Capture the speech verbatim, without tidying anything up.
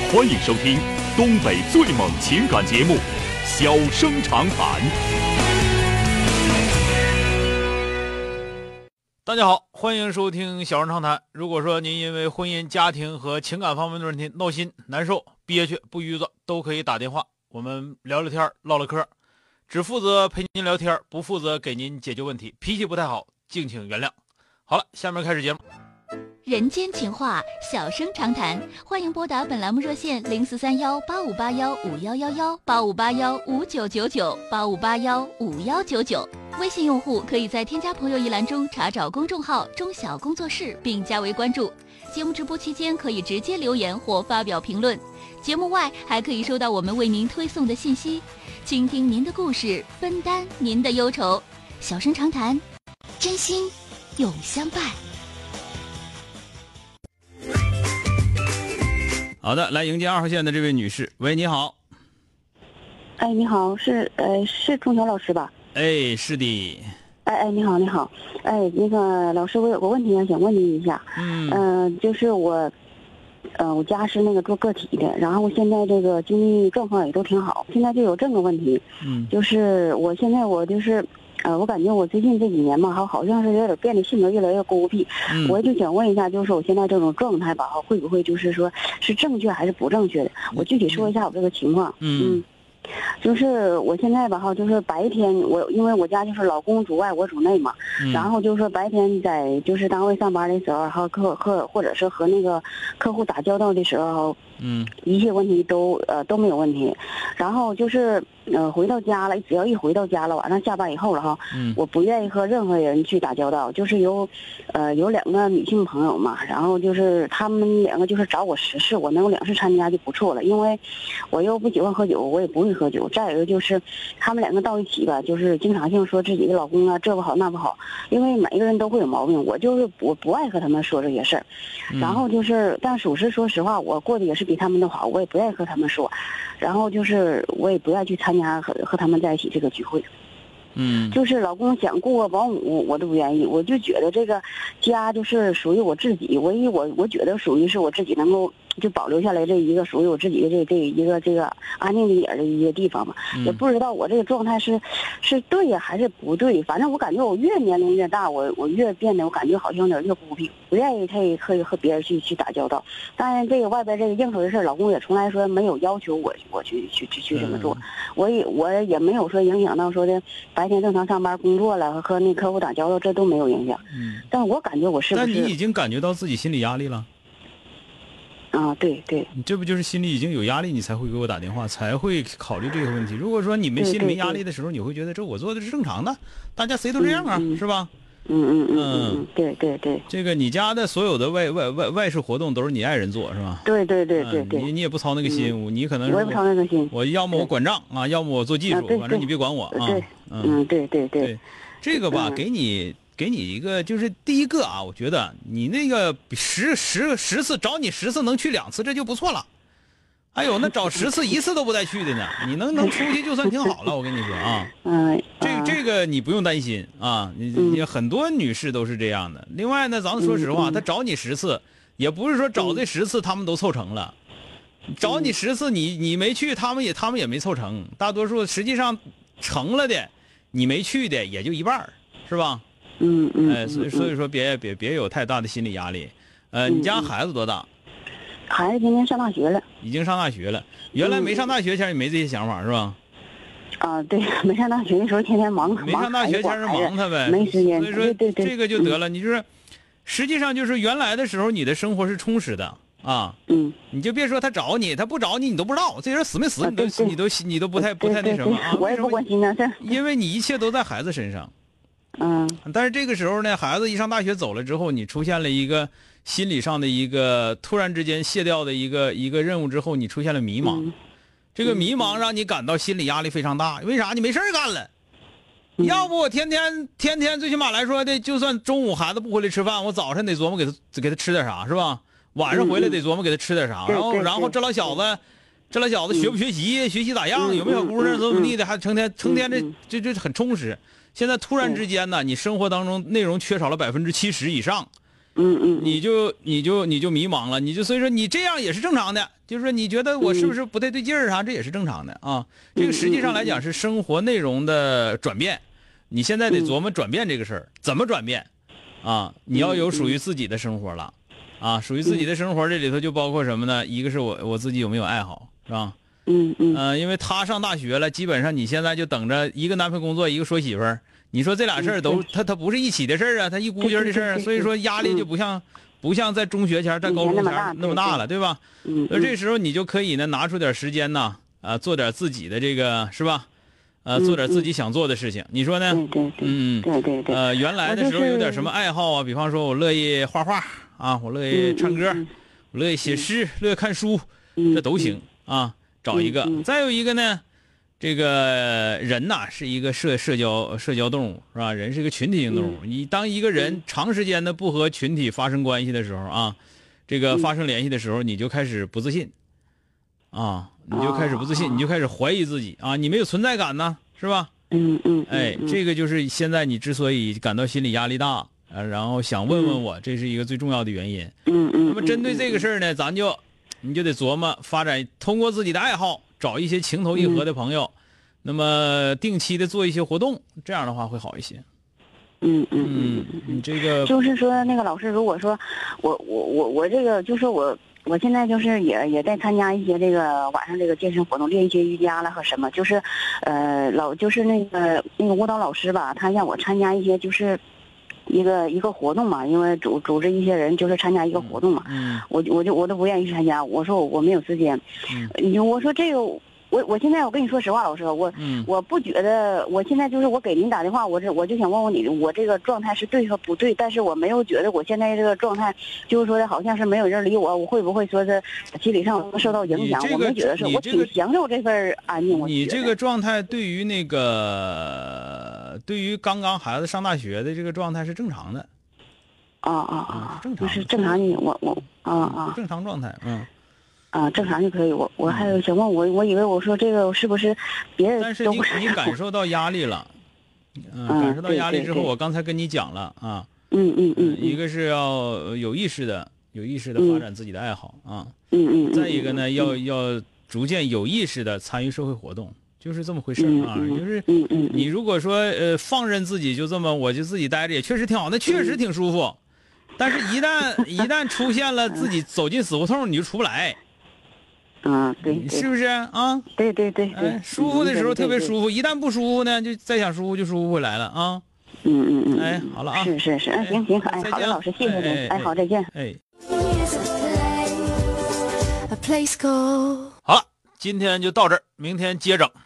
欢迎收听东北最猛情感节目《小生长谈》。 大家好，欢迎收听《小生长谈》。如果说您因为婚姻、家庭和情感方面的问题闹心、难受、憋屈、不愉快，都可以打电话，我们聊聊天、唠唠嗑，只负责陪您聊天，不负责给您解决问题。脾气不太好，敬请原谅。好了，下面开始节目。 人间情话，小生长谈，欢迎拨打本栏目热线零四三幺八五八幺五幺幺幺八五八幺五九九九八五八幺五幺九九。微信用户可以在添加朋友一栏中查找公众号中小工作室并加为关注。节目直播期间可以直接留言或发表评论，节目外还可以收到我们为您推送的信息，倾听您的故事，分担您的忧愁。小生长谈，真心永相伴。 好的，来迎接二号线的这位女士。喂，你好。 哎，你好，是呃是钟晓老师吧？ 哎，是的。 哎哎，你好，你好。哎，那个老师，我有个问题想问您一下。 嗯。 呃，就是我，呃，我家是那个做个体的，然后现在这个经济状况也都挺好，现在就有这个问题。 嗯。 就是我现在我就是。呃，我感觉我最近这几年吧，哈，好像是有点变得性格越来越孤僻。 嗯， 我就想问一下，就是我现在这种状态吧，哈，会不会就是说是正确还是不正确的？我具体说一下我这个情况。 嗯， 嗯就是我现在吧，哈，就是白天我因为我家就是老公主外我主内嘛， 嗯、 然后就是说白天在就是单位上班的时候，哈，客客或者是和那个客户打交道的时候， 嗯， 一切问题都呃都没有问题，然后就是呃回到家了，只要一回到家了，晚上下班以后了哈， 嗯， 我不愿意和任何人去打交道，就是有呃有两个女性朋友嘛，然后就是他们两个就是找我实事，我能有两次参加就不错了，因为我又不喜欢喝酒，我也不会喝酒，再有一个就是他们两个到一起吧，就是经常性说自己的老公啊这不好那不好，因为每个人都会有毛病，我就是我不爱和他们说这些事儿，然后就是但属实说实话，我过得也是比他们都好，我也不愿意和他们说，然后就是我也不愿意去参加和和他们在一起这个聚会。 嗯， 就是老公想雇个保姆，我都不愿意。我就觉得这个家就是属于我自己，唯一我我觉得属于是我自己能够就保留下来这一个属于我自己的这这一个这个安静一点的一个地方嘛。 嗯、 也不知道我这个状态是是对呀还是不对，反正我感觉我越年龄越大，我我越变得我感觉好像有点越孤僻，不愿意太和和别人去去打交道。当然这个外边这个应酬的事，老公也从来说没有要求我我去去去去这么做， 嗯、 我也我也没有说影响到说的白天正常上班工作了和那客户打交道，这都没有影响。 嗯， 但我感觉我是不是？ 但你已经感觉到自己心理压力了。 啊，对对， 你这不就是心里已经有压力，你才会给我打电话，才会考虑这个问题。如果说你没心里没压力的时候，你会觉得这我做的是正常的，大家谁都这样啊， 嗯、 是吧？ 嗯嗯嗯嗯，对对对。 这个你家的所有的外外外外事活动都是你爱人做，是吧？ 对对对对对。 你你也不操那个心， 嗯、 你可能我也不操那个心。 我要么我管账啊，要么我做技术，反正你别管我啊。 对，嗯，对对对。 这个吧，给你。给你一个，就是第一个啊，我觉得你那个十十十次找你十次能去两次，这就不错了。还有那找十次一次都不带去的呢，你能能出去就算挺好了。我跟你说啊， 嗯， 这这个你不用担心啊，你你很多女士都是这样的。另外呢，咱们说实话，他找你十次，也不是说找这十次他们都凑成了，找你十次你你没去，他们也他们也没凑成，大多数实际上成了的，你没去的也就一半，是吧？ 嗯嗯， 哎，所以所以说别别别有太大的心理压力。呃，你家孩子多大？ 孩子今年上大学了。 已经上大学了。原来没上大学前你没这些想法是吧？ 啊，对，没上大学的时候天天忙， 没上大学前是忙他呗， 没时间。 所以说这个就得了。你就是，实际上就是原来的时候你的生活是充实的啊。 嗯。 你就别说他找你，他不找你你都不知道，这人死没死你都你都你都不太不太那什么啊。 我也不关心那事儿。 因为你一切都在孩子身上。 嗯， 但是这个时候呢，孩子一上大学走了之后，你出现了一个心理上的一个突然之间卸掉的一个一个任务之后，你出现了迷茫， 嗯、 这个迷茫让你感到心理压力非常大。为啥？你没事干了，嗯、要不我天天天天最起码来说的，就算中午孩子不回来吃饭，我早上得琢磨给他给他吃点啥，是吧？晚上回来得琢磨给他吃点啥， 嗯、 然后然后这老小子。这老小子学不学习，学习咋样，有没有小姑娘，怎么怎么地的，还成天成天这这这很充实。现在突然之间呢，你生活当中内容缺少了百分之七十以上， 嗯嗯， 你就你就你就迷茫了，你就所以说你这样也是正常的，就是说你觉得我是不是不太对劲儿啥，这也是正常的啊。这个实际上来讲是生活内容的转变，你现在得琢磨转变这个事儿，怎么转变啊？你要有属于自己的生活了啊，属于自己的生活这里头就包括什么呢？一个是我我自己有没有爱好，是吧？ 嗯嗯， 呃，因为他上大学了，基本上你现在就等着一个男朋友工作，一个说媳妇儿。你说这俩事儿都，他他不是一起的事儿啊，他一姑爷的事儿，所以说压力就不像，不像在中学前、在高中前那么大了，对吧？ 嗯， 而这时候你就可以呢，拿出点时间呐，啊，做点自己的这个是吧？呃，做点自己想做的事情，你说呢？ 对对对， 嗯， 对对对。 呃，原来的时候有点什么爱好啊，比方说我乐意画画啊，我乐意唱歌，我乐意写诗，乐意看书，这都行啊。找一个，再有一个呢。这个人呐是一个社社交社交动物是吧？人是一个群体性动物。你当一个人长时间的不和群体发生关系的时候啊，这个发生联系的时候，你就开始不自信啊，你就开始不自信，你就开始怀疑自己啊，你没有存在感呢，是吧？ 嗯嗯。 哎，这个就是现在你之所以感到心理压力大，呃，然后想问问我，这是一个最重要的原因。 嗯嗯。 那么针对这个事儿呢，咱就你就得琢磨发展，通过自己的爱好。找一些情投意合的朋友，嗯、那么定期的做一些活动，这样的话会好一些。 嗯嗯嗯， 你这个就是说，那个老师，如果说我我我我这个，就是我我现在就是也也在参加一些这个晚上这个健身活动，练一些瑜伽了和什么，就是呃老就是那个那个舞蹈老师吧，他让我参加一些就是。一个一个活动嘛，因为组组织一些人就是参加一个活动嘛， 嗯， 我我就我都不愿意去参加，我说我我没有时间， 嗯， 我说这个我我现在我跟你说实话，老师，我、 嗯、 我不觉得，我现在就是我给您打电话，我这我就想问问你，我这个状态是对和不对，但是我没有觉得我现在这个状态就是说的好像是没有人理我，我会不会说是心理上受到影响？ 这个、 我没觉得是，我挺享受这份安静。 你这个状态对于那个对于刚刚孩子上大学的这个状态是正常的。 啊啊啊！ 正常是正常的，我我啊啊， 正常状态，嗯， 啊，正常就可以。我我还有想问我，我以为我说这个是不是别人但是你你感受到压力了，嗯，感受到压力之后，我刚才跟你讲了啊， 嗯嗯嗯， 一个是要有意识的、有意识的发展自己的爱好啊， 嗯嗯， 再一个呢，要要逐渐有意识的参与社会活动。就是这么回事啊，就是你如果说呃放任自己就这么我就自己待着也确实挺好，那确实挺舒服，但是一旦一旦出现了自己走进死胡同，你就出不来。 嗯，对， 是不是啊？ 对对对， 哎，舒服的时候特别舒服，一旦不舒服呢，就再想舒服就舒服回来了啊。 嗯嗯嗯， 哎，好了啊， 是是是，行行，哎，好的，老师，谢谢您，哎，好，再见。 哎，好了，今天就到这儿，明天接整。